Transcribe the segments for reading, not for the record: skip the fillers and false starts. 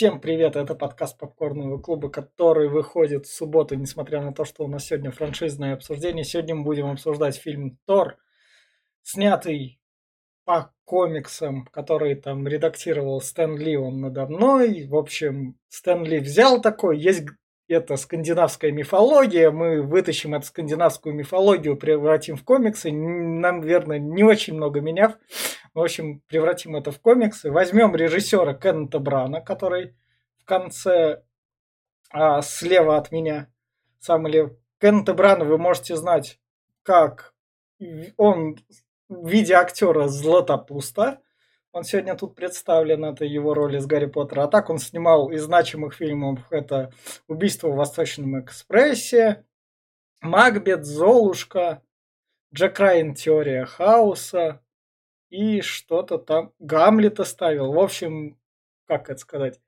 Всем привет, это подкаст Попкорного клуба, который выходит в субботу, несмотря на то, что у нас сегодня франшизное обсуждение. Сегодня мы будем обсуждать фильм «Тор», снятый по комиксам, который там редактировал Стэн Ли, он надо мной. В общем, Стэн Ли взял такой, есть это скандинавская мифология, мы вытащим эту скандинавскую мифологию, превратим в комиксы, наверное, не очень много меняв. В общем, превратим это в комиксы. Возьмем режиссера Кеннета Брана, который в конце слева от меня, самый лев. Кеннета Брана вы можете знать, как он в виде актера Златопуста. Он сегодня тут представлен, это его роль из Гарри Поттера. А так он снимал из значимых фильмов это «Убийство в Восточном экспрессе», «Макбет», «Золушка», «Джек Райан. Теория хаоса» и что-то там. «Гамлета» ставил. В общем, как это сказать?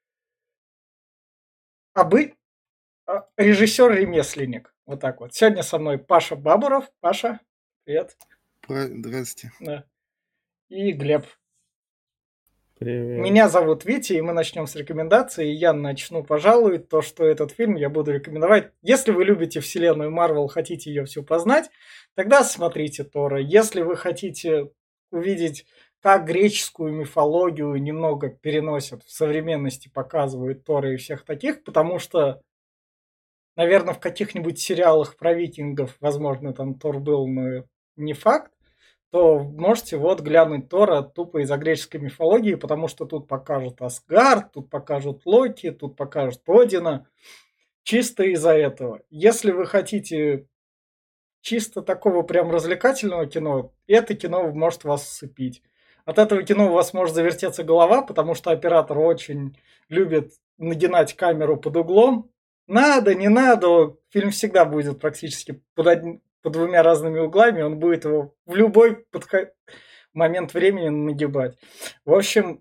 Режиссер-ремесленник. Вот так вот. Сегодня со мной Паша Бабуров. Паша, привет. Здрасте. Да. И Глеб. Привет. Меня зовут Витя, и мы начнем с рекомендаций. Я начну, пожалуй, то, что этот фильм я буду рекомендовать. Если вы любите вселенную Марвел, хотите ее всю познать, тогда смотрите Тора. Если вы хотите увидеть, как греческую мифологию немного переносят в современности, показывают Тора и всех таких, потому что, наверное, в каких-нибудь сериалах про викингов, возможно, там Тор был, но не факт, то можете вот глянуть Тора тупо из-за греческой мифологии, потому что тут покажут Асгард, тут покажут Локи, тут покажут Одина. Чисто из-за этого. Если вы хотите чисто такого прям развлекательного кино, это кино может вас всыпить. От этого кино у вас может завертеться голова, потому что оператор очень любит нагинать камеру под углом. Надо, не надо, фильм всегда будет практически под двумя разными углами, он будет его в любой момент времени нагибать. В общем,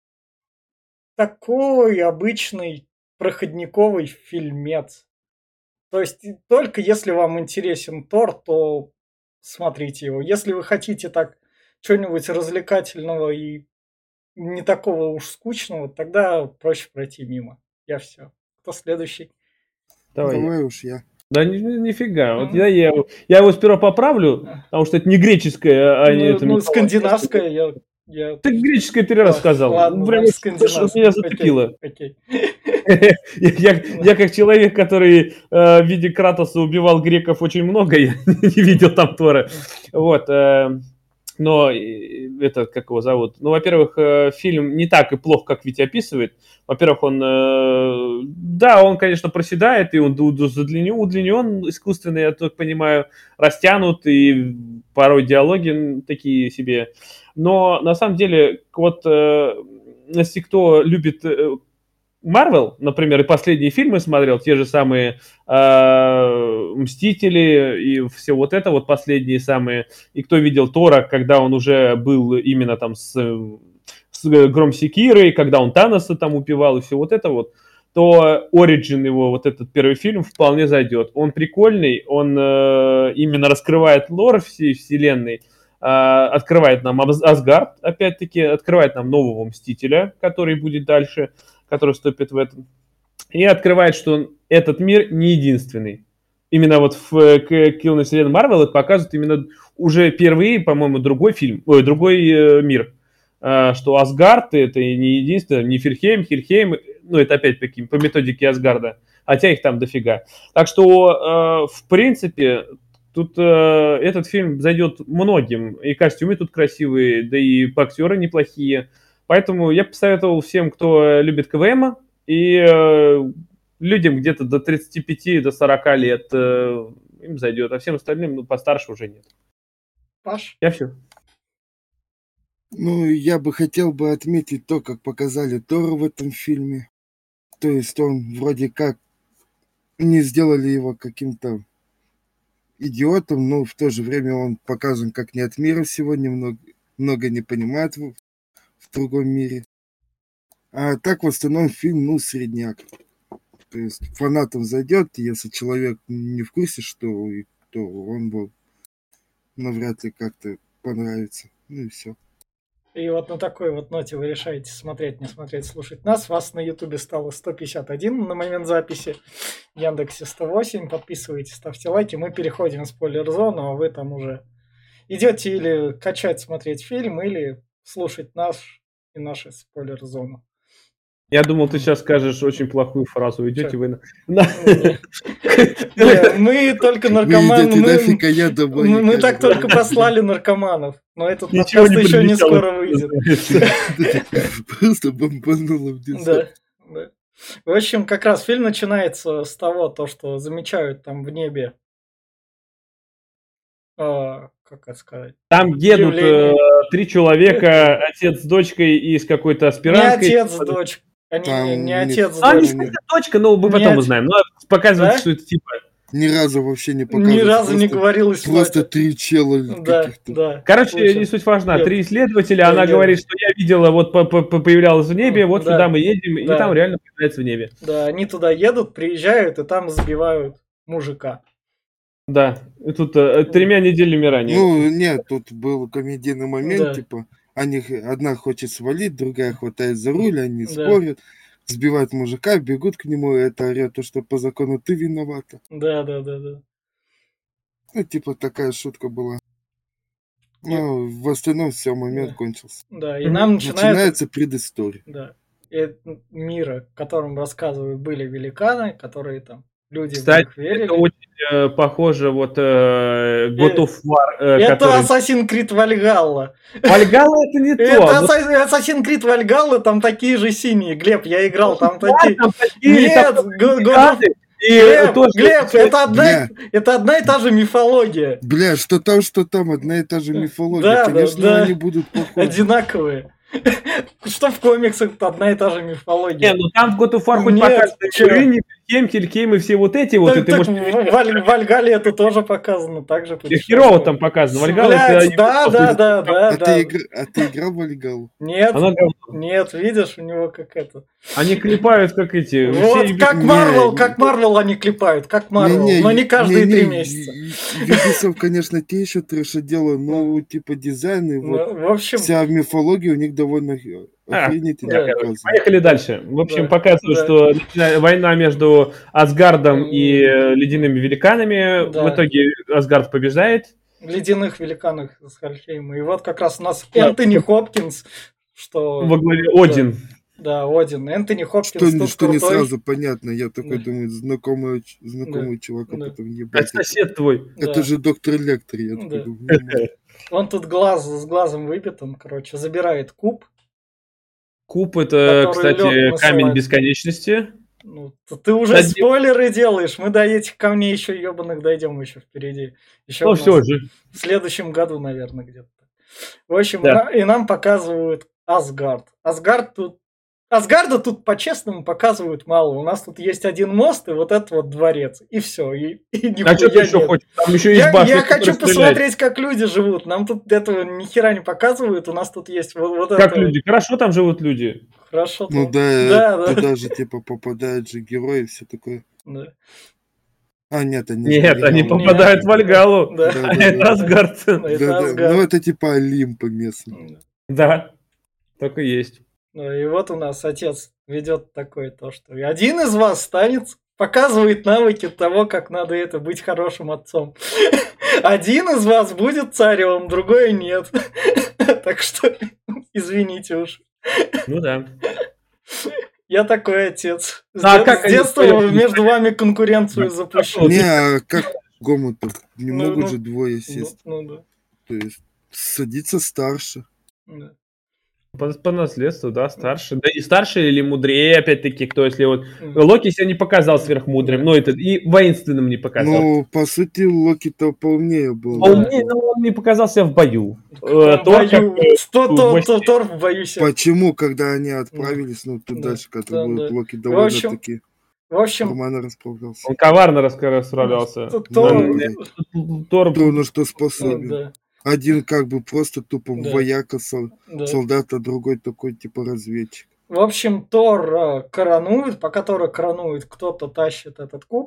такой обычный проходниковый фильмец. То есть только если вам интересен Тор, то смотрите его. Если вы хотите так что-нибудь развлекательного и не такого уж скучного, тогда проще пройти мимо. Я все. Кто следующий? Давай уж я. Да нифига. Вот я его сперва поправлю, потому что это не греческое, а не это. Скандинавское. Ты греческое 3 раза сказал. Ладно, Прям меня зацепило. Окей. Я как человек, который в виде Кратоса убивал греков очень много, я не видел там Тора. Вот. Но это, как его зовут? Ну, во-первых, фильм не так и плохо, как Витя описывает. Во-первых, он, конечно, проседает, и он удлинен искусственно, я так понимаю, растянут, и порой диалоги такие себе. Но, на самом деле, вот, если кто любит Марвел, например, и последние фильмы смотрел, те же самые Мстители и все вот это вот последние самые, и кто видел Тора, когда он уже был именно там с Гром Секирой, когда он Таноса там убивал и все вот это вот, то Origin его, вот этот первый фильм, вполне зайдет. Он прикольный, он именно раскрывает лор всей вселенной, открывает нам Асгард, опять-таки, открывает нам нового Мстителя, который будет дальше, который вступит в этом, и открывает, что этот мир не единственный. Именно вот в киновселенной Марвел это показывает именно уже впервые, по-моему, другой мир. Что Асгард это не единственное, Нифльхейм, Хельхейм, ну это опять-таки по методике Асгарда, хотя их там дофига. Так что, в принципе, тут этот фильм зайдет многим, и костюмы тут красивые, да и актеры неплохие. Поэтому я посоветовал всем, кто любит КВМ, и людям где-то до 35, до 40 лет им зайдет, а всем остальным постарше уже нет. Паш? Я все. Ну, я бы хотел отметить то, как показали Тора в этом фильме. То есть он вроде как не сделали его каким-то идиотом, но в то же время он показан как не от мира сегодня, много не понимает в другом мире. А так в остальном фильм, средняк. То есть фанатам зайдет, если человек не в курсе, что то он был навряд ли как-то понравится. Ну и все. И вот на такой вот ноте вы решаете смотреть, не смотреть, слушать нас. Вас на Ютубе стало 151 на момент записи. В Яндексе 108. Подписывайтесь, ставьте лайки. Мы переходим в спойлер-зону, а вы там уже идете или качать, смотреть фильм, или слушать наш и нашу спойлер-зону. Я думал, ты сейчас скажешь очень плохую фразу. Идете Чё? вы на... Не, мы только Вы наркоманы. идете нафиг, а я домой. Мы так никогда. только послали наркоманов. Но этот Ничего подкаст не еще не прилетело, скоро выйдет. Просто бомбануло в десятку. Да, да. В общем, как раз фильм начинается с того, то, что замечают там в небе, как это сказать, Там едут явление. 3 человека, отец с дочкой и с какой-то Не аспиранткой. отец с дочкой. Там Не не- отец с А, не дочкой. сказать дочка, но мы потом Нет. узнаем. Но показывается, Да? что это типа... Ни разу вообще не Ни показывают. разу не просто- говорилось Просто мать. 3 чела Да, каких-то. да. Короче, Слушай, не суть важна. нет. 3 исследователя, Да, она нет. говорит, что я видела, вот появлялась в небе, вот Да. сюда мы едем, и Да. там реально появляется в небе. Да, они туда едут, приезжают, и там сбивают мужика. Да, и тут 3 неделями ранее. Ну, нет, тут был комедийный момент, Да. типа, одна хочет свалить, другая хватает за руль, они Да. спорят, сбивают мужика, бегут к нему, и это орет, то, что по закону ты виновата. Да. Ну, типа, такая шутка была. Нет. Ну, в остальном все, момент Да. кончился. Да, и Мгм. нам начинается... Начинается предыстория. Да. И мира, в котором рассказывают, были великаны, которые там, люди в Кстати, них верили. это очень похоже, вот God of War, Это который... Assassin's Creed Valhalla. Вальгалла это не то. Это вот Assassin's Creed Valhalla, там такие же синие. Глеб, я играл, там да, такие... там такие, Нет, там God of... великаны, и Глеб, тоже... Глеб, это одна и та же мифология. Бля, что там, одна и та же мифология. Да, Конечно, да. они будут похожи. Одинаковые. Что в комиксах одна и та же Не, мифология. ну там в God of War хоть Нет, показаны чё? Рыни, Хельхейм и все вот эти вот, и Так, ты так можешь... в Вальгалле это тоже показано, так же И херово там показано. Вальгалла это... Блядь, да. А ты играл в Вальгаллу? Нет, Она говно. нет, видишь, у него как это. Они клепают, как эти... Вот все как Не, Марвел, не. как Марвел они клепают, как Марвел, но не каждые 3 месяца. Ubisoft, конечно, те еще трэша делают, но типа дизайн и вот Ну, в общем, вся мифология у них довольно охренительно да. показана. Поехали дальше. В общем, Да, показывают, да. что война между Асгардом и ледяными великанами. Да. В итоге Асгард побеждает. в ледяных великанах с Хальхейма. И вот как раз у нас Да. Энтони Хопкинс, что... Во главе Один. Да, Один. Энтони Хопкинс тут Что не крутой. сразу понятно, я такой Да. думаю, знакомый чувак, а Да. потом Это ебать. сосед твой. Да. Это же доктор Лектор, я такой Да. думаю, «Ну, Он тут с глазом выбитым, короче, забирает куб. Куб это, Который кстати, лёд камень насылает. бесконечности. Ну, ты уже Один. спойлеры делаешь. Мы до этих камней еще ебаных дойдем еще впереди. Еще Ну у нас все же. в следующем году, наверное, где-то. В общем, Да. и нам показывают Асгард. Асгарда тут по-честному показывают мало. У нас тут есть один мост и вот этот вот дворец. И все. И А что ты нихуя еще нет. хочешь? Там еще есть Я башня, хочу которая стреляет. посмотреть, как люди живут. Нам тут этого ни хера не показывают. У нас тут есть вот Как это. люди? Хорошо там живут люди. Хорошо. Ну там. да, туда же типа попадают же герои, все такое. Да. А, нет, они Нет, же они Вальгаллу. попадают в Вальгаллу. Да. А это Асгард. Это Да. Асгард. Ну это типа Олимпа местный. Да, так и есть. Ну и вот у нас отец ведет такое то, что один из вас станет, показывает навыки того, как надо это быть хорошим отцом. Один из вас будет царем, другой нет. Так что извините уж. Ну да. Я такой отец. А как С они детства вдвоем между вами конкуренцию Да. запущу. Не, а как гому-то? Не Ну, могут ну, же двое сесть. Ну да. То есть садиться старше. Да. По наследству, да, старше. Да и старше или мудрее, опять-таки, кто, если вот... Локи себя не показал сверхмудрым, но это и воинственным не показал. Ну, по сути, Локи-то поумнее был. А он не показался в бою. В Тор как, бою. Тор в бою себя. Почему, когда они отправились, ну, туда Да. дальше, когда Да, был да. Локи общем, довольно-таки В общем, нормально расправлялся. Он коварно расправлялся. Тор- Тор... Кто на что способен. да, Один как бы просто тупо Да. вояка, да. солдат, а другой такой типа разведчик. В общем, Тор коронует, пока Тора коронует, кто-то тащит этот куб,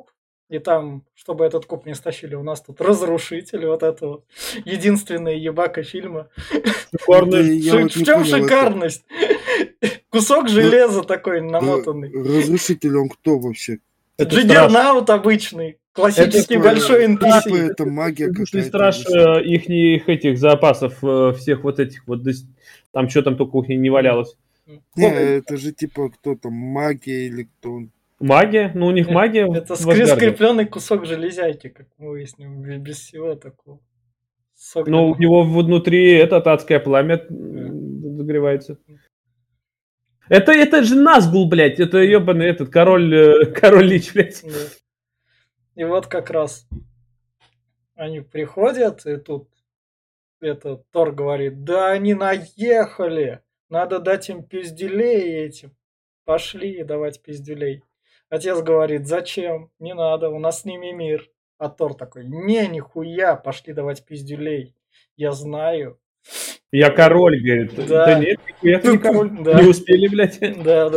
И там, чтобы этот куб не стащили, у нас тут разрушитель вот этого. Единственная ебака фильма. Шикарно. Я вот В не чем понял, это шикарность? Кусок железа такой намотанный. разрушитель он кто вообще? Это Джиггернаут обычный. Классический Это большой Типа NPC. это магия Воздушный какая-то. страж вышла. ихних этих запасов всех вот этих вот там что там только у них не валялось. Не, это же типа кто там, магия или кто он. Магия? Ну у них магия Это в Асгарде. скрепленный кусок железяки, как мы выясним, без всего такого. Но у него внутри это адское пламя загревается. Это же Назгул, блядь. Это ебаный этот король Лич, блядь. Да. И вот как раз они приходят, и тут Тор говорит, да они наехали, надо дать им пизделей этим. Пошли давать пиздюлей. Отец говорит, зачем? Не надо, у нас с ними мир. А Тор такой, не, нихуя, пошли давать пиздюлей. Я знаю. Я король, говорит. Да нет, я не король. Да. Не успели, блядь. Да.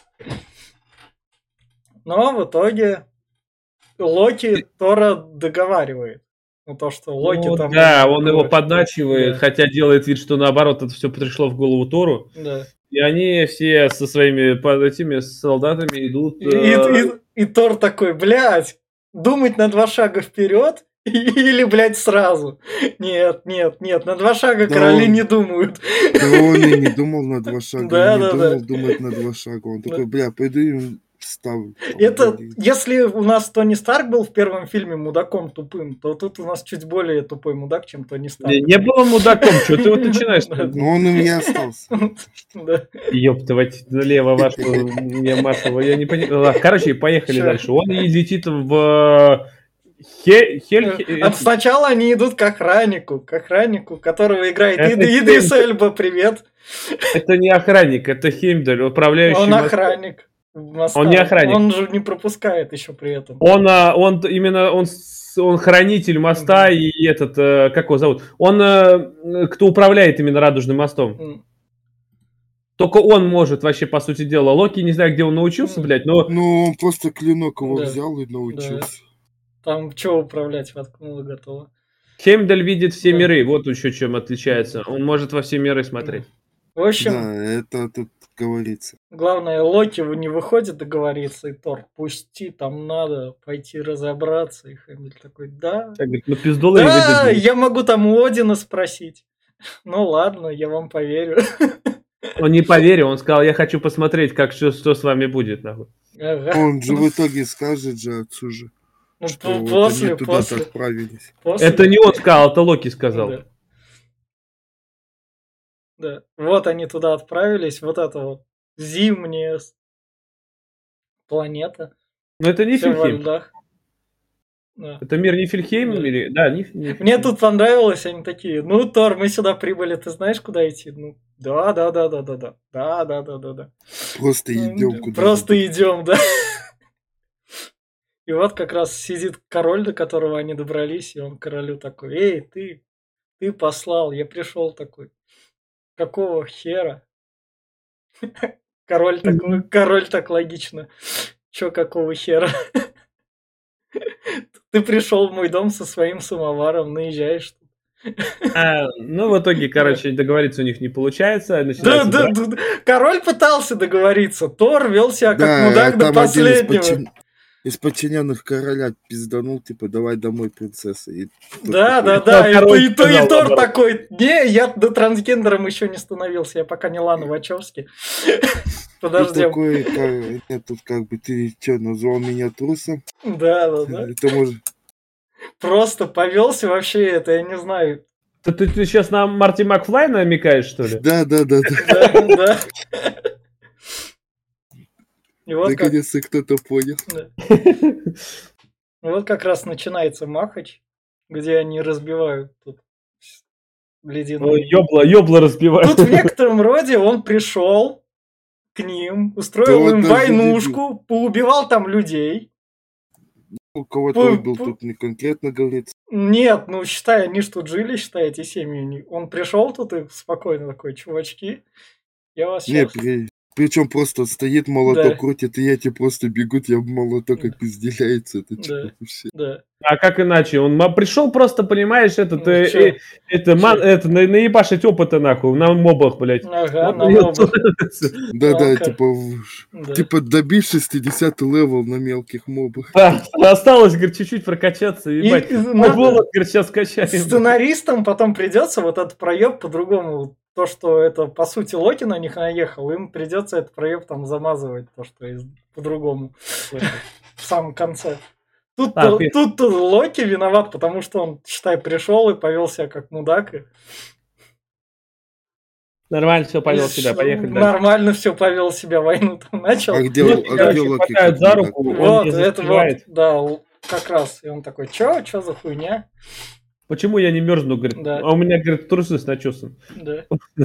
Но в итоге Локи Тора договаривает. Ну, то, что Локи Ну, там... да, он его подначивает, Да. хотя делает вид, что наоборот это все пришло в голову Тору. Да. И они все со своими этими солдатами идут. И Тор такой, блядь, думать на 2 шага вперед или, блядь, сразу? Нет, на 2 шага Да короли он- не думают. Да он и не думал на 2 шага, Да, он не да, думал да. думать на 2 шага. Он такой, бля, пойду им вставлю. там, Это, блин. если у нас Тони Старк был в первом фильме мудаком тупым, то тут у нас чуть более тупой мудак, чем Тони Старк. Не было мудаком, что ты вот начинаешь? Но он у меня остался. Да. Ёптывать, налево вашу, мне массово, я не понимаю. Короче, поехали Чё? дальше. Он и летит в Сначала они идут к охраннику, которого играет Это Идрис Хемдаль. Эльба, привет. Это не охранник, это Хеймдаль, управляющий Он мостом. охранник. моста. Он не охранник. Он же не пропускает еще при этом. Он хранитель моста и этот, как его зовут? Он кто управляет именно Радужным мостом. Только он может вообще, по сути дела. Локи, не знаю, где он научился, блядь, но... Ну, он просто клинок его Да. взял и научился. Там что управлять, воткнуло, готово. Хеймдаль видит все Да. миры, вот еще чем отличается. Он может во все миры смотреть. В общем, Да, это тут говорится. главное, Локи не выходит договориться, и Тор, пусти, там надо пойти разобраться. И Хэмиль такой, да. Я говорю, ну пиздолы Да, выдадут. я могу там у Одина спросить. Ну ладно, я вам поверю. Он не поверил, он сказал, я хочу посмотреть, что с вами будет, нахуй. Ага. Он же в итоге скажет же отцу же, Ну, что вот после, они туда-то отправились. Это не он сказал, это Локи сказал. Да. Да. Вот они туда отправились, вот это вот зимняя планета. Но это не Всё во Нифльхейм. льдах. Да. Это мир Нифльхейм Да. или... Да, Нифльхейм. Мне тут понравилось, они такие, ну, Тор, мы сюда прибыли, ты знаешь, куда идти? Ну, да. Просто идем куда. Просто идем, да. И вот как раз сидит король, до которого они добрались, и он королю такой, эй, ты послал, я пришел такой. Какого хера? Король так логично. Чё, какого хера? Ты пришел в мой дом со своим самоваром, наезжаешь. Ну, в итоге, короче, договориться у них не получается. Да, начинается драка. король пытался договориться, Тор вел себя как Да, мудак до там один последнего. из подчиненных короля пизданул, типа, давай домой, принцесса. И тот Да. такой, король И сказал, Тор наоборот. такой, не, я до трансгендером еще не становился, я пока не Лана Вачовски. ты Подождем. такой, нет, тут как бы, ты что, назвал меня трусом? Да. Это может... Просто повелся вообще это, я не знаю. Ты сейчас на Марти Макфлай намекаешь, что ли? Да. Да. И вот как... Наконец-то кто-то понял. Да. Вот как раз начинается Махач, где они разбивают тут ледяные. Ёбла разбивают. Тут в некотором роде он пришел к ним, устроил Да он им даже войнушку, поубивал там людей. У кого-то он был тут не конкретно говорится. Нет, ну считай, они ж тут жили, считай, эти семьи. Он пришел тут и спокойно такой, чувачки, я вас Не, сейчас... Причем просто стоит, молоток Да. крутит, и эти просто бегут, я молоток Да. опизделяется. Это Да. типа вообще. Да. А как иначе? Он пришел просто, понимаешь, Ну, чё? наебашить опыта нахуй на мобах, блядь. Ага, Вот на и мобах. Да-да, Ну-ка. типа, Да. типа добить 60 левел на мелких мобах. Да, осталось, говорит, чуть-чуть прокачаться, ебать. надо Молот, говорит, сейчас скачаем. сценаристам потом придется вот этот проеб по-другому. То, что это, по сути, Локи на них наехал, им придется этот проеб там замазывать, то, что по-другому. В самом конце. Тут Локи виноват, потому что он, считай, пришел и повел себя как мудак. Нормально все повел себя, поехали дальше. Нормально все повел себя, войну там начал. А где Короче, Локи? хватают за как руку, мудак? он Вот, не это вот, заскрывает. да, как раз. И он такой, чё за хуйня? Почему я не мерзну, говорит, Да. а у меня, говорит, трусы с начесом. Да.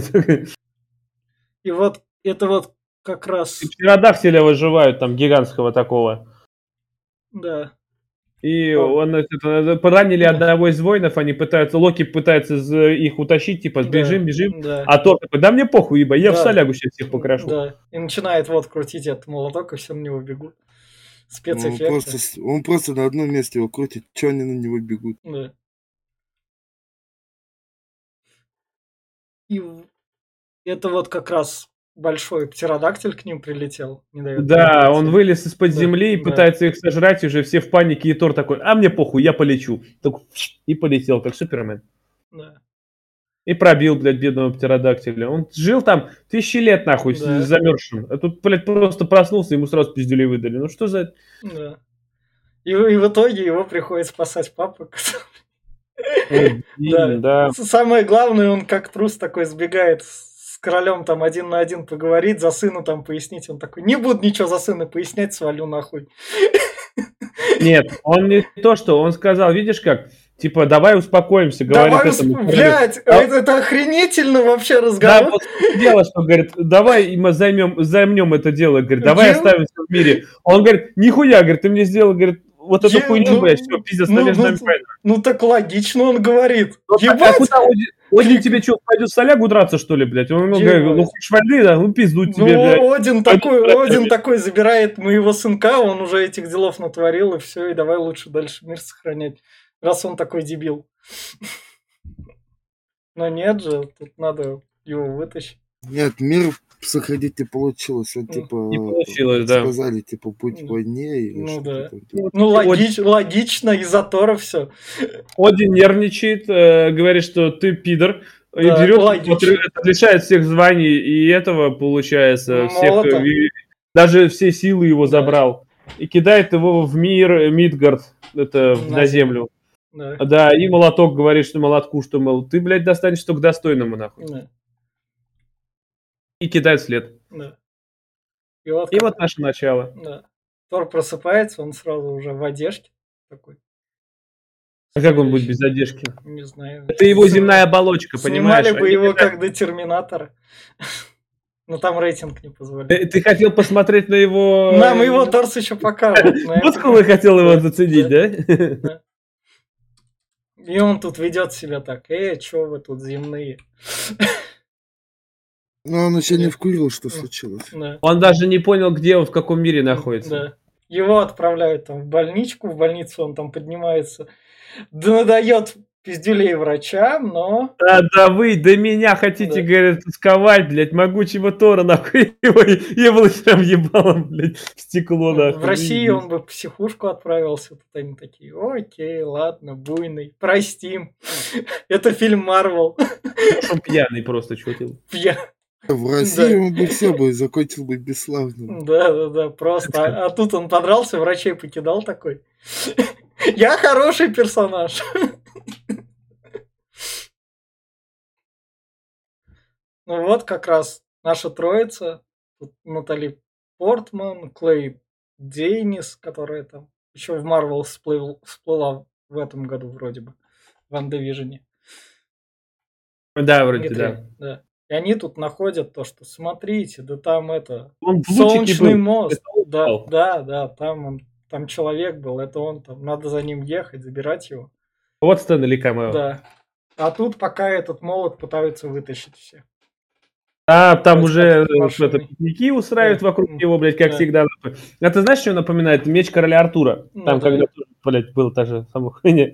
И вот это вот как раз, Птеродактиля выживают там, гигантского такого. да. И О. поранили Да. одного из воинов, Локи пытается их утащить, типа, Да, бежим. да. А тот такой, да мне похуй, ебать, я в Да. солягу сейчас всех покрашу. Да. И начинает вот крутить этот молоток, и все на него бегут. Ну, Спецэффекты. он просто на одном месте его крутит, чё они на него бегут? Да. И это вот как раз большой птеродактиль к ним прилетел. Не дает Да, им он пройти. вылез из-под Да, земли и да. пытается их сожрать, уже все в панике, и Тор такой, а мне похуй, я полечу. Так, и полетел, как Супермен. Да. И пробил, блядь, бедного птеродактиля. Он жил там 1000 лет, нахуй, Да. замерзшим. А тут, блядь, просто проснулся, ему сразу пиздюлей выдали. Ну что за... Да. И в итоге его приходит спасать папа. Да. Да. Самое главное, он как трус такой сбегает с королем там 1 на 1 поговорить, за сына там пояснить. Он такой, не буду ничего за сына пояснять, свалю нахуй. Нет, он не то, что он сказал, видишь как, типа, давай успокоимся, говорит Давай, этому. блядь, это охренительно вообще Да, разговор. вот дело, что, говорит, давай мы займем это дело, говорит, давай оставим все в мире. Он говорит, нихуя, говорит, ты мне сделал, говорит, вот эту хуйню, блядь, все, пиздец, между нами война. Ну так логично он говорит. Ну, так, а куда Один тебе что, пойдет в солягу драться, что ли, блядь? Он говорит, ну хочешь войны, да, ну пизду тебе, блядь. Один такой забирает моего сынка, он уже этих делов натворил, и все, и давай лучше дальше мир сохранять, раз он такой дебил. Но нет же, тут надо его вытащить. Нет, мир сохранить не получилось. Он, типа, Не получилось, да. сказали, типа, путь в войне. Или Ну да. там. Ну логично, из-за Тора все. Один нервничает, говорит, что ты пидор, и Да, берет, логично. лишает всех званий, и этого, получается, Молота. даже все силы его забрал, и кидает его в мир Мидгард, это на землю. Да. Да, и молоток говорит, что молотку, что, мол, ты, блядь, достанешь только достойному, нахуй. Да. И кидает след. Да. И вот наше начало. Да. Тор просыпается, он сразу уже в одежде такой. А как он будет без одежки? Не знаю. Это его земная оболочка, понимаешь? Снимали бы его как до Терминатора. Но там рейтинг не позволяет. Ты хотел посмотреть на его... Нам его торс еще покажут. Мускулы хотел его заценить, да? И он тут ведет себя так. Чё вы тут земные? Но он еще не вкурил, что случилось. Да. Он даже не понял, где он, в каком мире находится. Да. Его отправляют там в больничку, в больницу он там поднимается. Да надает пиздюлей врачам, но... Да вы до меня хотите, говорят, сковать, блядь, могучего Тора, нахуй, его прям ебалом, блядь, в стекло, нахуй. В России он бы в психушку отправился, тут они такие, окей, ладно, буйный, простим. Это фильм Марвел. Он пьяный просто чутил. В России он бы все бы закончил бы бесславно. Да, просто. А тут он подрался, врачей покидал такой. Я хороший персонаж. Ну вот как раз наша троица. Тут Натали Портман, Клей Дейнис, которая там еще в Марвел всплыла в этом году вроде бы. В Ван Дивижене. Да, вроде, да. И они тут находят то, что смотрите, да там это он солнечный был. мост. Да, там человек был, это он там. Надо за ним ехать, забирать его. Вот Стэнли Камео. Да. А тут пока этот молот пытаются вытащить все. А там Хоть уже под что-то машиной. пикники устраивают Да. вокруг него, блядь, как Да. всегда. нахуй. А ты знаешь, что напоминает? Меч короля Артура. Ну Там, да. когда, блядь, было та же самая хуйня.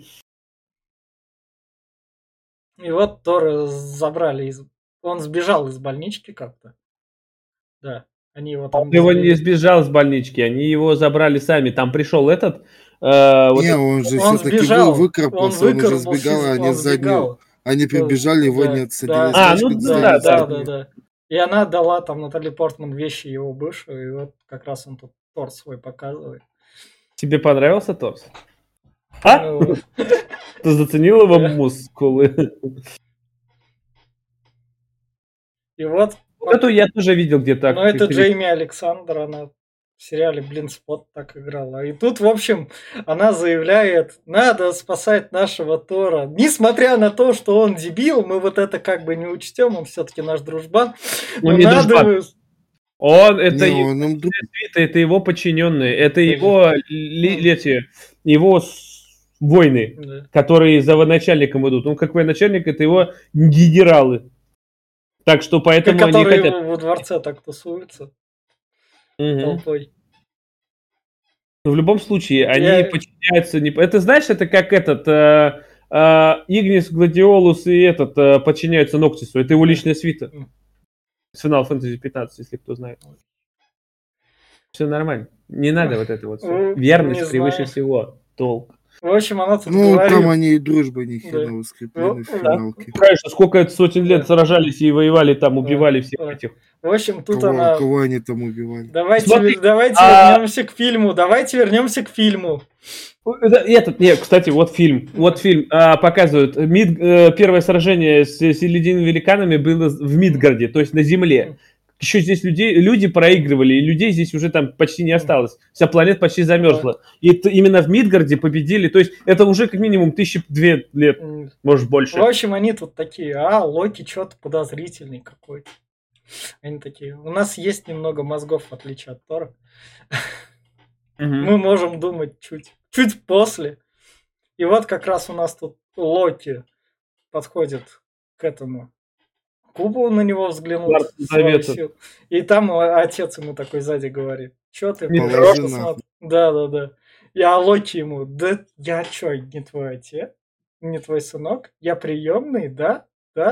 И вот Тора забрали из... Он сбежал из больнички как-то. Да. Они его Он там его не завели. сбежал с больнички, они его забрали сами. Там пришел этот... вот Не, этот- он же Он все-таки сбежал. Он выкарабкался, он уже выкарабкался. сбегал, а они Он заднюю. сбегал. Они прибежали, его не Да, отсадили, да, ну значит, да, взяли да. заднюю. И она дала там Натали Портман вещи его бывшую, и вот как раз он тут торс свой показывает. Тебе понравился торс? А? Ну, Ты заценил его Да. мускулы? и вот, Вот эту я тоже видел где-то. ну это Джейми Александр, она в сериале Блинспот так играла. И тут, в общем, она заявляет, надо спасать нашего Тора. Несмотря на то, что он дебил, мы вот это как бы не учтем, он все-таки наш дружбан. Ну, Но не надо... дружбан. Он, это, Не, он им это его подчиненные, это Даже- его, его войны, Да. которые за начальником идут. Он как военачальник, это его генералы. Так что поэтому они Которые хотят... во дворце так тусуются Мгм. толпой. Но в любом случае, они Я- подчиняются... Это знаешь, это как этот... Игнис, Гладиолус и этот подчиняются Ноктису. Это его личная свита. Мгм. Final Fantasy 15, если кто знает. Все нормально. Не надо вот это вот все. Не Верность превыше знаю. всего. Толк. В общем, она тут Ну, говорит... там они и дружбой ни хрена Да. скреплены в Ну, финалке. Конечно, сколько сотен лет Да. сражались и воевали там, убивали всех Да. этих. В общем, тут Кого, она... кого они там убивали? Давайте Смотри, вернемся к фильму. Давайте вернемся к фильму. Нет, кстати, вот фильм. Вот фильм показывают. Первое сражение с ледяными великанами было в Мидгарде, то есть на Земле. Еще здесь люди проигрывали, и людей здесь уже там почти не осталось. Вся планета почти замерзла. И именно в Мидгарде победили. То есть это уже как минимум 1002 лет, может больше. В общем, они тут такие, Локи что-то подозрительный какой-то. Они такие, у нас есть немного мозгов, в отличие от Тора. Мы можем думать чуть после. И вот как раз у нас тут Локи подходит к этому кубу, на него взглянул. И там отец ему такой сзади говорит, что ты Положи просто нахуй. Да. И Локи ему, да я что, не твой отец? Не твой сынок? Я приемный, да?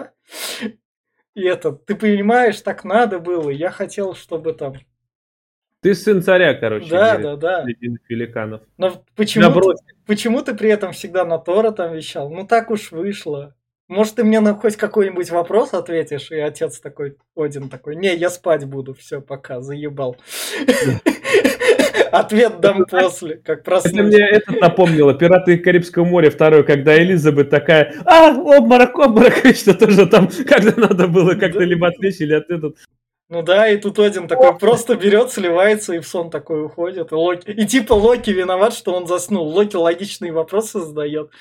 И ты понимаешь, так надо было. Я хотел, чтобы там... Ты сын царя, короче. Да. Ледяных великанов. Но почему ты при этом всегда на Тора там вещал? Ну так уж вышло. Может, ты мне на хоть какой-нибудь вопрос ответишь? И отец такой, Один такой, не, я спать буду. Все, пока, заебал. Ответ дам после, как Это проснусь. мне напомнило. «Пираты Карибского моря» второй, когда Элизабет такая, обморок, что тоже там, когда надо было как-то либо отвлечь или от этот. Ну да, и тут Один такой просто берет, сливается и в сон такой уходит. И типа Локи виноват, что он заснул. Локи логичные вопросы задает.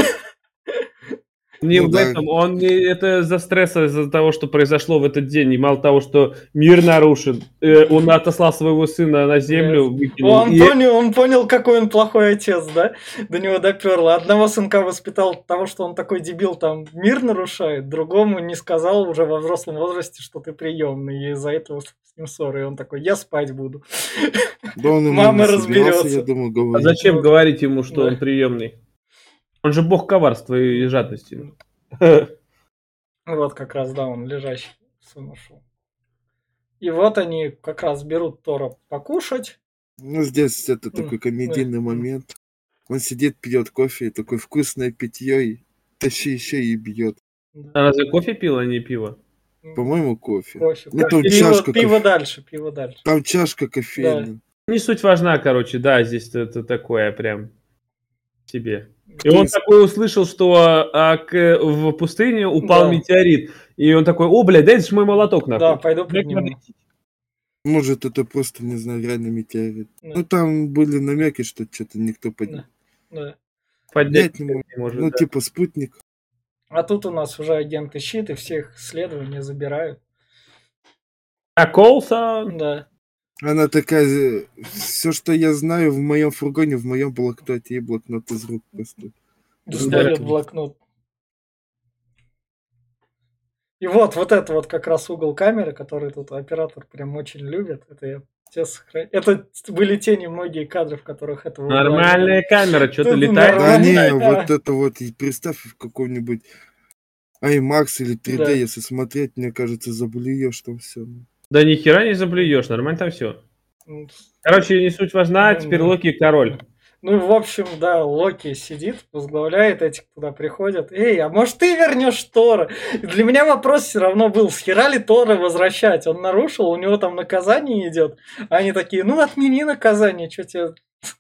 Не в этом, это из-за стресса, из-за того, что произошло в этот день. И мало того, что мир нарушен, он отослал своего сына на землю, выкинул. Он понял, какой он плохой отец, да? До него доперло. Одного сынка воспитал того, что он такой дебил, там мир нарушает, другому не сказал уже во взрослом возрасте, что ты приемный, и из-за этого с ним ссоры. И он такой, я спать буду. Да он ему Мама не собирался, разберется. я думаю, А говорить. зачем говорить ему, что Да. он приемный? Он же бог коварства и жадности. Вот как раз, да, он лежащий, сын ушел. И вот они как раз берут Тора покушать. Ну, здесь это такой комедийный момент. Он сидит, пьет кофе, и такое вкусное питье, и тащи еще и бьет. А разве кофе пил, а не пиво? По-моему, кофе. Ну, там чашка пиво кофе. дальше. Там чашка кофейная. Не суть важна, короче, да, здесь это такое прям себе. И он такой услышал, что в пустыне упал метеорит. И он такой, блядь, дай же мой молоток нахуй. Да, пойду подниму. Может, это просто, не знаю, реально метеорит. Да. Ну, там были намеки, что что-то никто поднять. Да. Поднять не может, ну, да. Типа спутник. А тут у нас уже агенты щит, и всех исследований забирают. А Колсон? Да. Она такая, все, что я знаю в моем фургоне, в моем блокноте, и блокнот из рук просто. Достает блокнот. И вот это вот как раз угол камеры, который тут оператор прям очень любит. Это я тебе Это были те немногие кадры, в которых этого угла не было. Нормальная камера, что-то Тут летает. Да не, нормально. вот это вот, и представь в каком-нибудь IMAX или 3D, Да. если смотреть, мне кажется, заблюешь там все. Да ни хера не заблюешь, нормально там все. М, Короче, не суть важна, Да, теперь да. Локи король. Ну, в общем, да, Локи сидит, возглавляет, этих туда приходят. Эй, а может ты вернешь Тора? И для меня вопрос все равно был, с хера ли Тора возвращать? Он нарушил, у него там наказание идет. А они такие, ну отмени наказание, что тебе...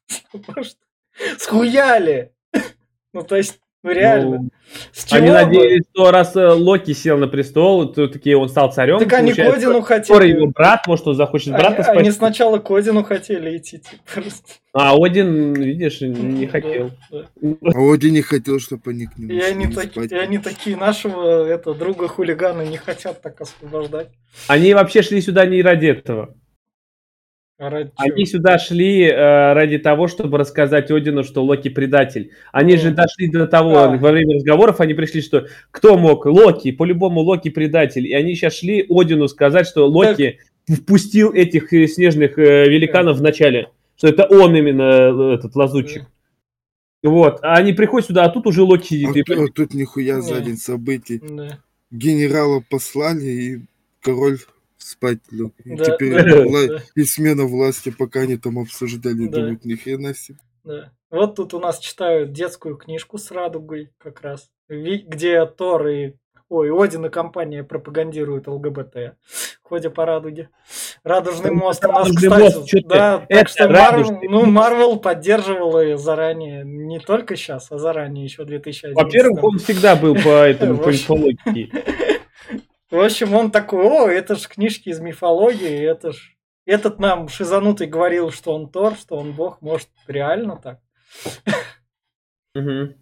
Схуяли! Ну, то есть, ну реально. Ну, С они чего бы? надеялись, что раз Локи сел на престол, то такие он стал царем. Так они получается, Кодину Тор хотели. его брат, может, он захочет брата Они спасти. сначала к Одину хотели идти, типа, просто. А Один, видишь, не хотел. Да, да. А Оди не хотел, чтобы они к нему И они, шли спать. и они такие, нашего друга хулигана не хотят так освобождать. Они вообще шли сюда не ради этого. А ради Они чего? сюда шли ради того, чтобы рассказать Одину, что Локи предатель. Они же дошли до того, А. во время разговоров они пришли, что кто мог? Локи, по-любому Локи предатель. И они сейчас шли Одину сказать, что Локи впустил этих снежных великанов в начале. Что это он именно, этот лазутчик. Вот. А они приходят сюда, а тут уже Локи сидит. И А тут нихуя Не. за день событий. Да. Генерала послали, и король спать лег. И Да, теперь да. и смена власти, пока они там обсуждали, Да. думают, ни хрена себе. Да. Вот тут у нас читают детскую книжку с радугой как раз, где Тор и Один и компания пропагандируют ЛГБТ в ходе по радуге. Радужный мост у нас, Радужный кстати, мост, чё ты? да, так Это что радужный Марвел поддерживал ее заранее, не только сейчас, а заранее, еще 2011. Во-первых, он всегда был по этому, В общем. по логике. В общем, он такой, это ж книжки из мифологии, это ж... Этот нам шизанутый говорил, что он Тор, что он бог, может, реально так. Мгм.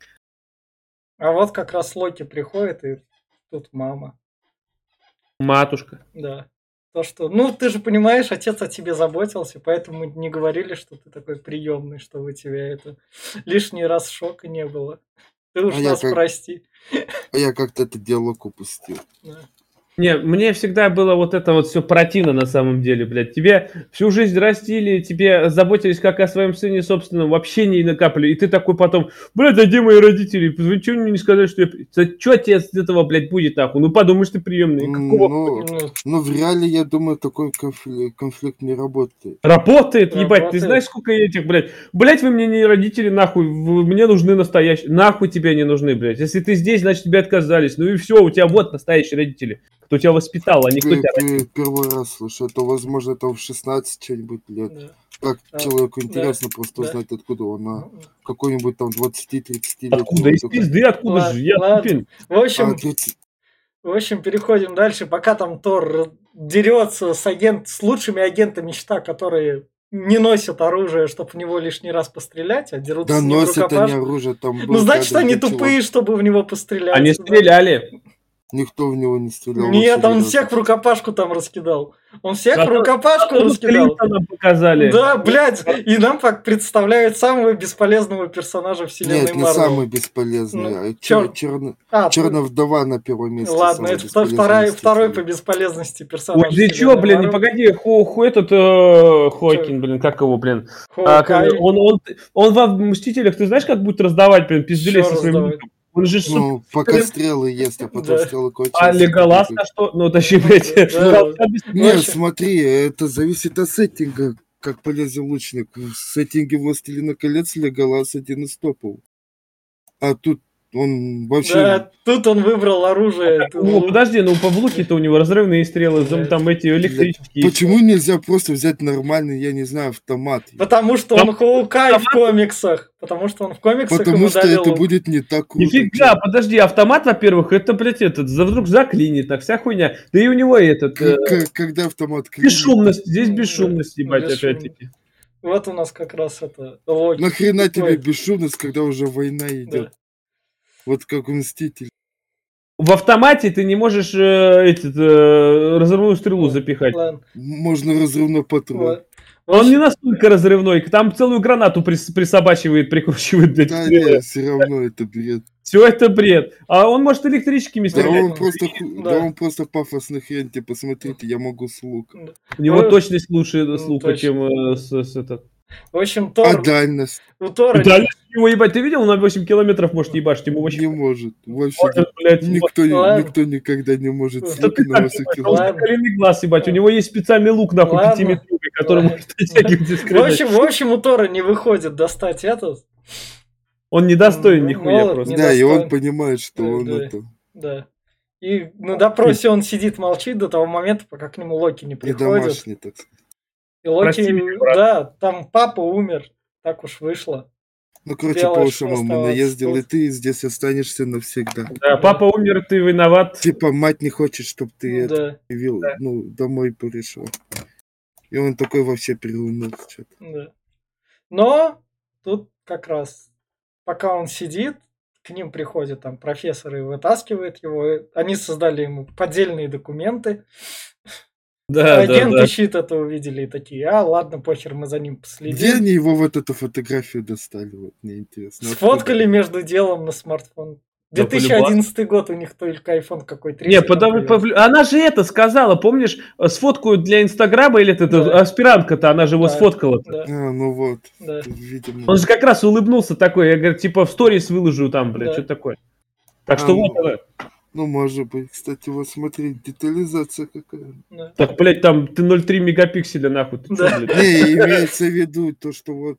А вот как раз Локи приходит, и тут мама. Матушка. Да. То, что, ну, ты же понимаешь, отец о тебе заботился, поэтому не говорили, что ты такой приемный, что у тебя это лишний раз шока не было. Ты уж А я нас как- прости. А я как-то этот диалог упустил. Да. Не, мне всегда было вот это вот все противно на самом деле, блядь. Тебе всю жизнь растили, тебе заботились как о своем сыне собственном, вообще не накапливали. И ты такой потом, блядь, а где мои родители? Вы что мне не сказали, что я... Что тебе с этого, блядь, будет, нахуй? Ну подумаешь, ты приемный. Какого? Ну, в реале, я думаю, такой конфликт не работает. Работает, ебать, ты Работает. знаешь, сколько этих, блядь. Блядь, вы мне не родители, нахуй, мне нужны настоящие. Нахуй тебе не нужны, блядь. Если ты здесь, значит, тебе отказались. Ну и все, у тебя вот настоящие родители. Кто тебя воспитал, а не кто тебя родил. Первый раз слышу, это, возможно, это в 16 что-нибудь лет. Да. Как Да. человеку Да. интересно просто Да. узнать, откуда он, а какой-нибудь там 20-30 лет. Откуда? Из пизды, откуда же? Я Ладно. тупин. В общем, переходим дальше. Пока там Тор дерется с лучшими агентами щита, которые не носят оружие, чтобы в него лишний раз пострелять, а дерутся Да с ним в носят они рукопашку. оружие, там был Ну, значит, кадр, они где тупые, чтобы в него пострелять. Они Да. стреляли. Никто в него не стрелял. Нет, вообще он ни разу. всех в рукопашку там раскидал. Он всех в Зато- рукопашку Зато раскидал. Клинтона показали. Да, блядь, и нам представляют самого бесполезного персонажа вселенной Нет, не Марвел. самый бесполезный. Ну, а А, Черная вдова на первом месте. ладно, самый это бесполезный второй мститель. по бесполезности персонаж. Ой, ты чё, вселенной блин, Марвел. погоди, Хокин, блин, как его, блин. Хоукай. Он во Мстителях, ты знаешь, как будет раздавать, блин, пиздюлей Чё со своим раздавать? луком? Он же Ну, пока стрелы есть, а потом Да. стрелы кончатся. А Леголас на что? Ну, точнее, блядь. Да. Нет, Вообще. смотри, это зависит от сеттинга, как полезен лучник. В сеттинге «Властелина колец» Леголас один из топов. А тут он вообще... Да, тут он выбрал оружие. Ну, подожди, ну, по луке-то у него разрывные стрелы, Да. там эти электрические. Почему нельзя просто взять нормальный, я не знаю, автомат? Потому что он Хоукай в комиксах. Потому что он в комиксах Потому ему что дали это лук. будет не так круто. Нифига, подожди, автомат, во-первых, это, блядь, вдруг заклинит, так, вся хуйня. Да и у него этот... Когда автомат клинит. Бесшумность, здесь Да, бесшумность, ебать, бесшумность. опять-таки. Вот у нас как раз это Локи. Нахрена тебе Ой, бесшумность, когда уже война идет? да. Вот как у Мстителей. В автомате ты не можешь разрывную стрелу запихать. Ладно. Можно разрывной патрон. Вот. Он не настолько разрывной, там целую гранату присобачивает, прикручивает для Да стрелы. не, все равно это бред. Все это бред. А он может электрическими Да стрелять. он просто, Да. да он просто пафосный хрен, типа, смотрите, я могу с лука. У него Ну, точность лучше с лука, точно. чем с этот. В общем, А Тор... дальность У Тора... Дальность его ебать, ты видел? На 8 километров может ебашить, ему вообще... не может. Вообще Может, блядь, Ладно. никто никогда не может с Это ты лука на так 8 ебать, он километров. Ладно. закаленный глаз, ебать. У него есть специальный лук, нахуй, Ладно. 5-метровый, который Ладно. может оттягивать и В скрывать. общем, у Тора не выходит достать этот. Он недостоин нихуя Молот просто. не Да, и он достоин. понимает, что Да, он да. это Да. И на допросе он сидит, молчит до того момента, пока к нему Локи не не приходит. домашний, так сказать. И Локи, Прости меня, брат. да, там папа умер, так уж вышло. Ну, короче, Делаешь, по ушам что ему оставалось наездил, и тут. ты здесь останешься навсегда. Да, папа умер, ты виноват. Типа, мать не хочет, чтобы ты это Да, домой пришел. И он такой вообще переунул что-то. да. Но тут как раз, пока он сидит, к ним приходит там профессор и вытаскивает его. Они создали ему поддельные документы. Да, Агенты щит это увидели и такие, ладно, похер, мы за ним Где последим. они его вот эту фотографию достали? Вот мне интересно. Сфоткали между делом на смартфон. Да, 2011 год, у них только iPhone какой-то. Не, она же это сказала, помнишь, сфоткаю для Инстаграма, или это Да. аспирантка-то, она же его Да, сфоткала. да, А, ну вот. да. Видимо. Он же как раз улыбнулся такой, я говорю, типа в сторис выложу там, блядь, Да. что такое. Так что вот она. Ну, может быть. Кстати, вот смотри, детализация какая. Да. Так, блядь, там ты 0,3 мегапикселя, нахуй, ты Да. чё, блядь? Не, имеется в виду то, что вот,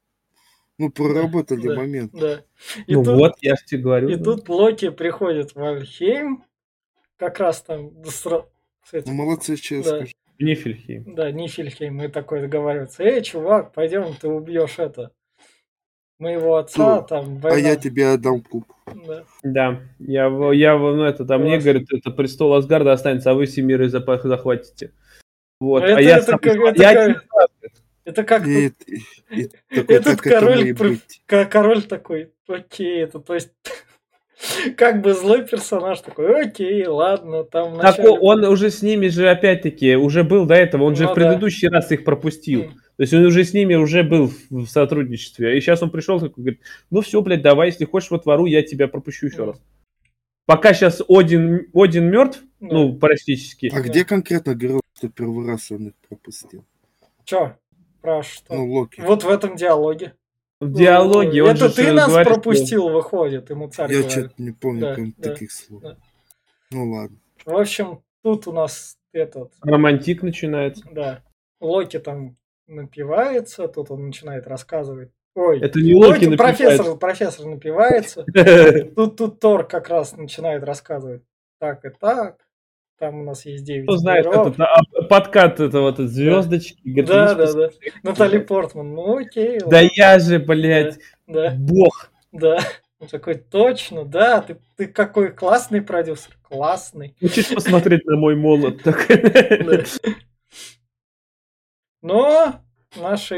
ну, проработали Да. момент. Да. И Ну тут, вот, я же тебе говорю. и да. тут Локи приходит в Альхейм, как раз там с Ну, этим, молодцы, что я Да. скажу. Нифельхейм. да, Нифельхейм, и такой договаривается, чувак, пойдем, ты убьешь это, моего отца, Кто? там, А война. я тебе отдам куб. Да. Да, ну это, там мне Класс. говорят, это престол Асгарда останется, а вы все миры захватите. Вот, Это- а я это сам... как- это я как- один- Это как И такой, этот так этому и король, быть. король такой, окей, это, то есть, как бы злой персонаж такой, окей, ладно, там Так вначале- он уже с ними же, опять-таки, уже был до этого, он же Ну в да. предыдущий раз их пропустил. М. То есть он уже с ними уже был в сотрудничестве. И сейчас он пришел такой, говорит, ну все, блядь, давай, если хочешь во двору, я тебя пропущу еще Мгм. раз. Пока сейчас Один мертв, Да. ну, практически. А где конкретно говорил, что первый раз он их пропустил? Чё? Про что? Ну, Локи. Вот в этом диалоге. В диалоге он Это же ты нас говорит, что- пропустил, выходит, ему царь Я говорит. что-то не помню Да, прям да, таких слов. да. Ну ладно. В общем, тут у нас этот, Романтик начинается. да, Локи там напивается, тут он начинает рассказывать. Ой, Это не Локи профессор напивается. Тут Тор как раз начинает рассказывать. Так и так. Там у нас есть 9 Кто знает, миров. подкат этого вот, звездочки. говорит, Да, «Видишь, да, да. Натали Портман, ну окей. Да ладно. я же, блядь, Да, бог. да. Он такой, точно, да, ты какой классный продюсер. Классный. Хочешь посмотреть на мой молот? Так. Да. Но наши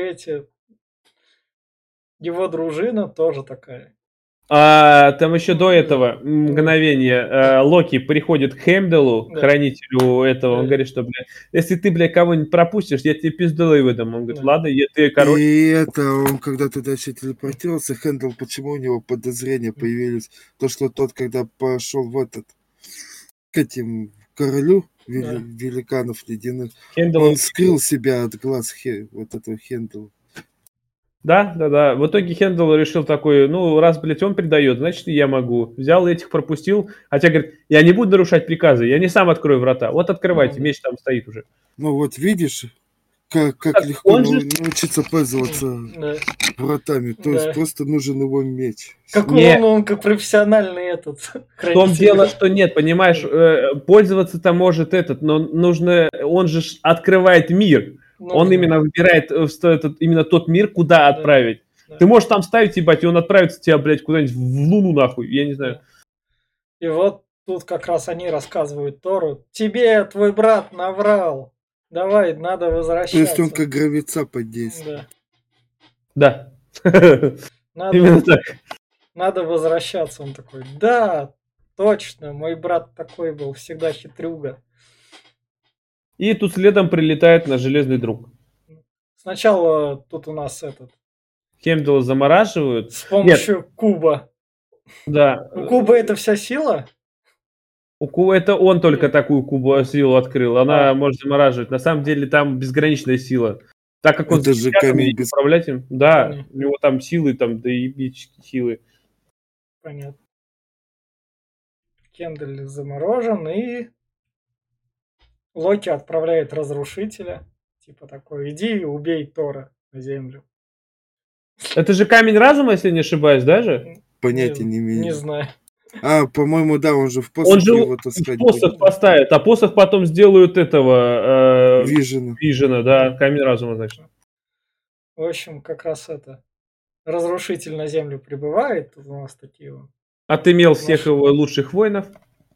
его дружина тоже такая. Там еще до этого мгновения Локи приходит к Хемделу, Да. хранителю этого, он Да. говорит, что, блядь, если ты, блядь, кого-нибудь пропустишь, я тебе пиздулей выдам. Он говорит, Да. ладно, ты король. И это, он когда туда еще телепортировался, Хэндл, почему у него подозрения появились? То, что тот, когда пошел в этот, к этим королю Да. великанов ледяных, Хемдел, он скрыл себя от глаз вот этого Хэндла. Да. В итоге Хендел решил такой, ну, раз, блядь, он предает, значит, и я могу. Взял этих, пропустил. Хотя, говорит, я не буду нарушать приказы, я не сам открою врата. Вот открывайте, меч там стоит уже. Ну вот видишь, как Так, легко он же- научиться пользоваться Да. вратами. То Да. есть просто нужен его меч. Как Не. он как профессиональный этот В том хранитель. дело, что нет, понимаешь, пользоваться-то может этот, но нужно, он же открывает мир. Ну, Он да. именно выбирает именно тот мир, куда Да. отправить. Да. Ты можешь там ставить, ебать, и он отправится тебя, блядь, куда-нибудь в Луну, нахуй, я не знаю. И вот тут как раз они рассказывают Тору. Тебе твой брат наврал. Давай, надо То возвращаться. есть он как гравица подействует. Да. Да. Именно Надо, так. надо возвращаться. Он такой, да, точно, мой брат такой был, всегда хитрюга. И тут следом прилетает наш железный друг. Сначала тут у нас Хемдела замораживают. с помощью куба. Да. У куба это вся сила? Это он только такую кубу силу открыл. Она А. может замораживать. На самом деле там безграничная сила. Так как он Это с же ребятами камень и без... управлять им. Да, Понятно. у него там силы, там доебические силы. Понятно. Кендель заморожен, и Локи отправляет разрушителя. Типа такой, иди и убей Тора на землю. Это же камень разума, если не ошибаюсь, даже? Понятия не имею. Не знаю. А, по-моему, да, он же в Он посохе же его в таскать посох будет. поставит, а посох потом сделают этого Вижена. да, камень разума, значит. В общем, как раз разрушитель на землю прибывает. Тут у нас такие вот Отымел всех его лучших воинов.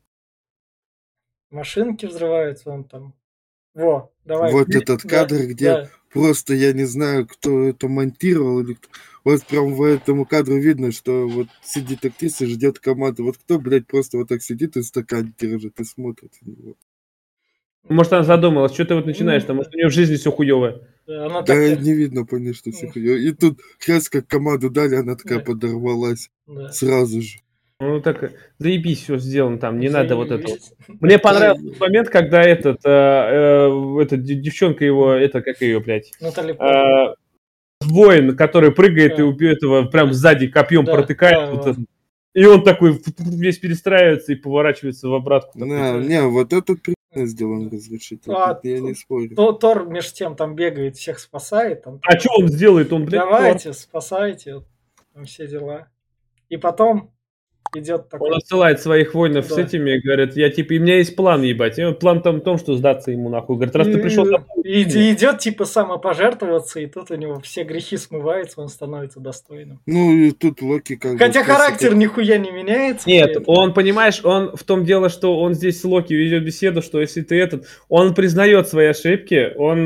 машинки взрываются, он там. Во, давай. Вот этот кадр, где Да. просто я не знаю, кто это монтировал или кто. Вот прям в этому кадру видно, что вот сидит актриса, ждет команду. Вот кто, блядь, просто вот так сидит и стакан держит и смотрит на него. Может, она задумалась, что ты вот начинаешь, там, может, у нее в жизни все хуёвое. Да, она Да, такая. не видно, понятно, что все хуёво. И тут раз как команду дали, она такая Да. подорвалась Да. сразу же. Ну так, заебись, все сделано там, не надо вот это вот. Заебись. Мне понравился тот момент, когда эта девчонка его, как ее, блядь, Натали Портман. воин, который прыгает и Да. убьет этого, прям сзади копьем Да, протыкает. да, вот вот. это. И он такой весь перестраивается и поворачивается в обратку. Не, вот этот прикольно сделан разрушитель. А, Я не спорю. Тор между тем там бегает, всех спасает. Там, А что он сделает? Он, блядь, Тор. давайте, спасайте. Там все дела. И потом идет Он такой. отсылает своих воинов Да. с этими, говорит, у меня есть план, ебать. И план там в том, что сдаться ему нахуй. Говорит, раз ты пришел... Идет типа самопожертвоваться, и тут у него все грехи смываются, он становится достойным. Ну, и тут Локи как бы... Хотя просто характер нихуя не меняется. Нет, блин. он, понимаешь, он в том дело, что он здесь с Локи ведет беседу, что если ты он признает свои ошибки, он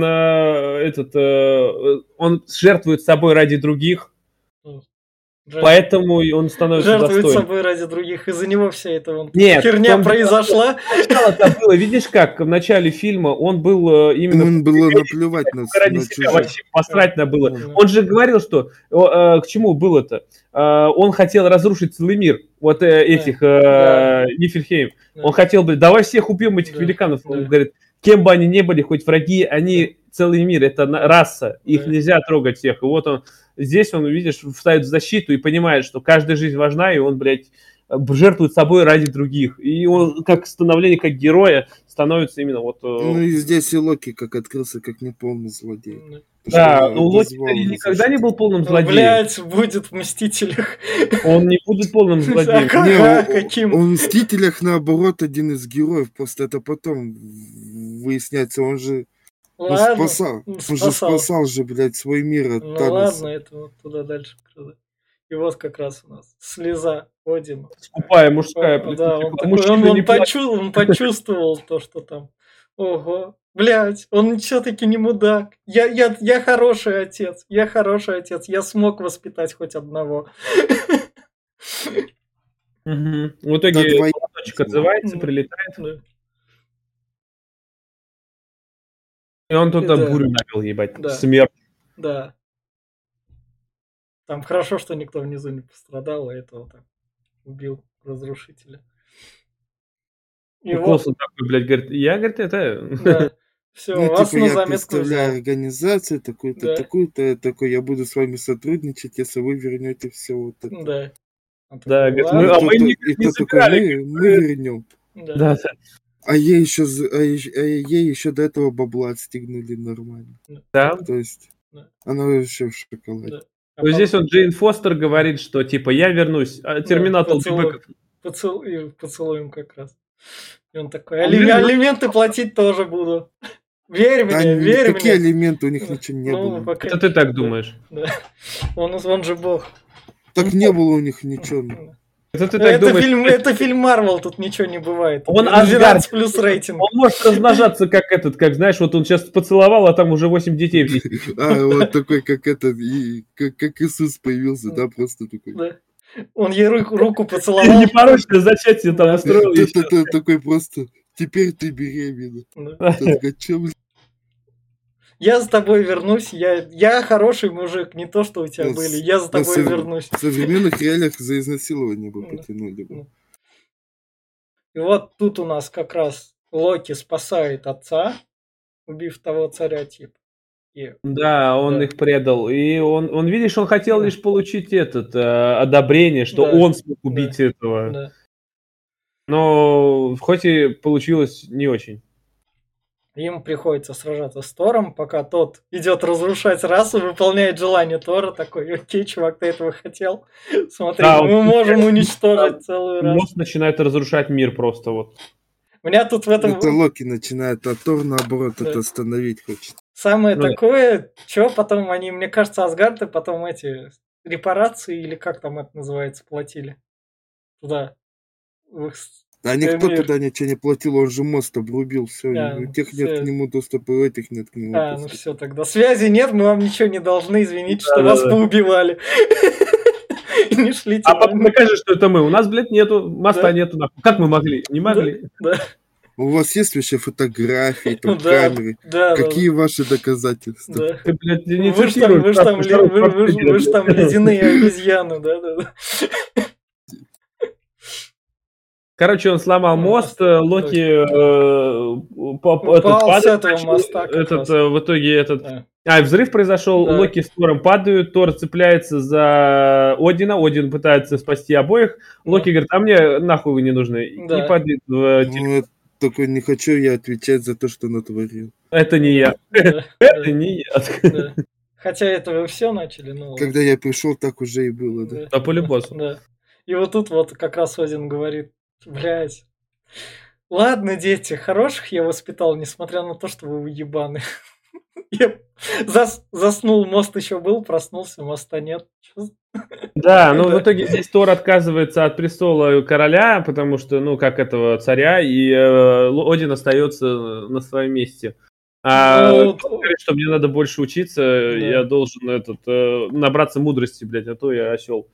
жертвует собой ради других, поэтому он становится Жертвует достойным. собой ради других, из-за него вся эта Нет, херня в том дело, произошла. Сначала-то было, видишь как, в начале фильма он был именно... Ему было наплевать на ради себя чужих. вообще посрать на было. Да. Он же говорил, что к чему было-то? Он хотел разрушить целый мир, вот этих Да. Нифельхейм. Да. Он хотел, блядь, давай всех убьем этих Да. великанов. Да. Он говорит, кем бы они ни были, хоть враги, они целый мир, это раса, их Да. нельзя трогать всех. И вот он, здесь он, видишь, встает в защиту и понимает, что каждая жизнь важна, и он, блядь, жертвует собой ради других. И он, как становление, как героя, становится именно вот... Ну и здесь и Локи как открылся, как неполный злодей. Да, но Локи никогда не был полным злодеем. Блять, будет в Мстителях. Он не будет полным злодеем. Каким? Он в Мстителях, наоборот, один из героев. Просто это потом выясняется. Он же спасал. Он же спасал же, блядь, свой мир от Ну Таноса. ладно, это вот туда дальше. И вот как раз у нас слеза Одина. Скупая мужская. Да, он почувствовал то, что там. Ого. Блять, он все-таки не мудак. Я хороший отец. Я хороший отец. Я смог воспитать хоть одного. В итоге молоточек отзывается, прилетает. И он туда бурю навел, ебать. Смерть. Да. Там хорошо, что никто внизу не пострадал, а этого так убил разрушителя. И Колсон такой, блядь, говорит, я, говорит, это... Да. Все, ну, вас типа, на я заметку представляю взял. организацию такую-то, Да. такую-то, такой, я буду с вами сотрудничать, если вы вернете все вот это. Да. Да, говорит, ладно. мы не такой, мы вернем. Да. Да. А ей еще до этого бабла отстегнули нормально. Да. То есть Да. она вообще в шоколаде. Да. Вот здесь вот Джейн Фостер говорит, что типа я вернусь, а Терминатор Поцелуем как раз. И он такой, алименты платить тоже буду. Верь мне, верь мне. Какие алименты? У них ничего не было. Это ты так думаешь? Да. Он же бог. Так не было у них ничего. Это ты так думаешь? Это фильм Марвел, тут ничего не бывает. Он 12 плюс рейтинг. Он может размножаться как как знаешь, вот он сейчас поцеловал, а там уже 8 детей. Вот такой, как как Иисус появился, да, просто такой. Да. Он ей руку поцеловал. Непорочное зачатие там устроил. Такой просто, теперь ты беременна. Я за тобой вернусь, я хороший мужик, не то, что у тебя Ну, были, я за на тобой вернусь. В современных реалиях за изнасилование бы Да. потянули бы. И вот тут у нас как раз Локи спасает отца, убив того царя, типа. И, Да, он да, их предал. И он, видишь, он хотел Да. лишь получить одобрение, что Да, он смог да, убить этого. да. Но хоть и получилось не очень. Им приходится сражаться с Тором, пока тот идет разрушать расу, выполняет желание Тора. Такой, окей, чувак, ты этого хотел? Смотри, Да, мы он можем уничтожить целую расу. Мост начинает разрушать мир просто вот. У меня тут в Это этом Локи начинает, а Тор, наоборот, Да. это остановить хочет. самое Ну да. такое, что потом они, мне кажется, Асгарды потом эти репарации, или как там это называется, платили. Туда. В их А никто мир. туда ничего не платил, он же мост обрубил, все. А, У тех нет всё. к нему доступа, у этих нет к нему Ну доступа. все, тогда связи нет, мы вам ничего не должны, извините, что Да-да-да. вас поубивали. И не шлите А потом нам. докажешь, что это мы. У нас, блядь, нету, моста Да. нету. Нахуй. Как мы могли? Не могли. Да, У вас есть вообще фотографии, там, да, камеры? да, Какие ваши доказательства? да. Ты, блядь, не Вы ж цитируй там сказку Шарлотты вы ж там блядь. ледяные обезьяны, да. Короче, он сломал мост, Локи Упал с этого начал, моста как раз. в итоге Да. взрыв произошел, Да. Локи с Тором падают, Тор цепляется за Одина, Один пытается спасти обоих, Локи говорит, а мне нахуй вы не нужны, и Да. падает в Ну, я такой не хочу я отвечать за то, что натворил. Это не я. Да, Это не я. да. Хотя это вы все начали, ну Когда я пришел, так уже и было, да. А полюбосу. Да. И вот тут вот как раз Один говорит, блядь, ладно, дети, хороших я воспитал, несмотря на то, что вы уебаны. Я заснул, мост еще был, проснулся, моста нет. Чё Да, но Да. в итоге здесь Тор отказывается от престола короля, потому что, ну, как этого царя, и Один остается на своем месте. А Ну, Тор говорит, что мне надо больше учиться, я должен набраться мудрости, блядь, а то я осел.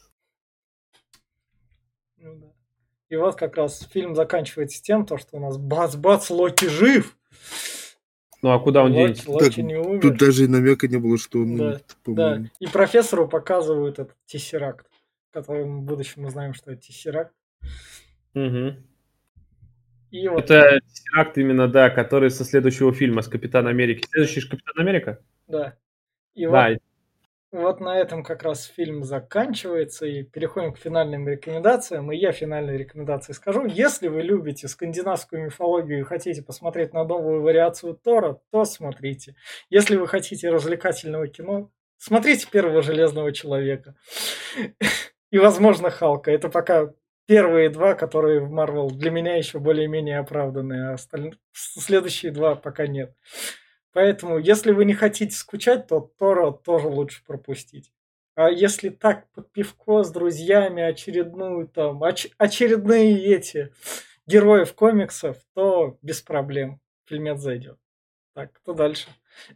Ну да. И вот как раз фильм заканчивается тем, то, что у нас бац-бац, Локи жив. Ну, а куда он денется? Локи не умер. Тут даже и намека не было, что он Да, умер, да. по-моему. И профессору показывают этот тессеракт, который в будущем мы знаем, что это тессеракт. Мгм. И вот, Это теракт именно, да, который со следующего фильма, с Капитана Америки. Следующий же Капитан Америка? да. И Да, вот на этом как раз фильм заканчивается, и переходим к финальным рекомендациям. И я финальные рекомендации скажу. Если вы любите скандинавскую мифологию и хотите посмотреть на новую вариацию Тора, то смотрите. Если вы хотите развлекательного кино, смотрите первого Железного Человека. И, возможно, Халка. Это пока первые два, которые в Марвел для меня еще более-менее оправданные, а следующие два пока нет. Поэтому, если вы не хотите скучать, то Тора тоже лучше пропустить. А если так, под пивко с друзьями, очередные эти героев комиксов, то без проблем. Фильмец зайдет. Так, кто дальше?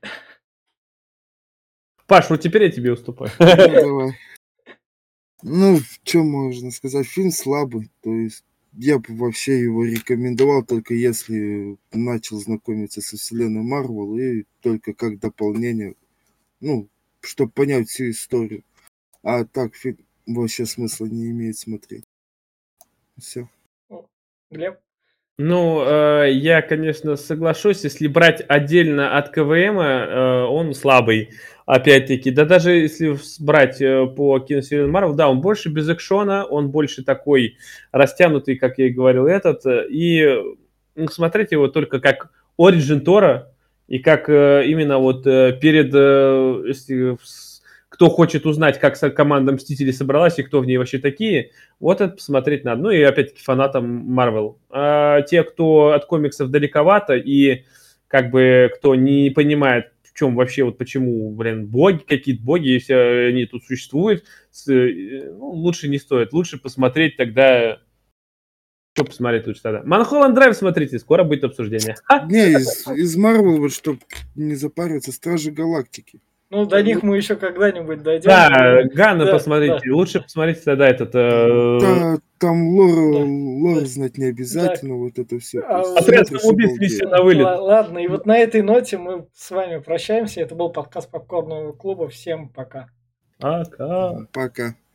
Паш, вот теперь я тебе уступаю. Ну, давай. Ну, что можно сказать? Фильм слабый, то есть я бы вообще его рекомендовал, только если начал знакомиться со вселенной Марвел и только как дополнение, ну, чтобы понять всю историю. А так фильм вообще смысла не имеет смотреть. Все. Глеб? Ну, я, конечно, соглашусь, если брать отдельно от КВМ, он слабый, опять-таки. Да даже если брать по киновселенной Марвел, да, он больше без экшона, он больше такой растянутый, как я и говорил, и смотреть его только как Origin Тора, и как именно вот перед, если кто хочет узнать, как команда Мстителей собралась и кто в ней вообще такие, вот это посмотреть надо. Ну и опять-таки фанатам Марвел. А те, кто от комиксов далековато и как бы кто не понимает, в чем вообще, вот почему, боги, какие-то боги, если они тут существуют, лучше не стоит. Лучше посмотреть тогда... Что посмотреть лучше тогда? Mulholland Drive смотрите, скоро будет обсуждение. Не, из Марвел, вот чтобы не запариваться, Стражи Галактики. Ну, до них мы еще когда-нибудь дойдем. Да, Ганна Да, посмотрите. да. Лучше посмотрите тогда этот... Да, там Да. лор знать не обязательно, вот это все. Отряд самоубийц миссия на вылет. Ладно, и вот на этой ноте мы с вами прощаемся. Это был подкаст Попкорного клуба. Всем пока. Пока. Пока.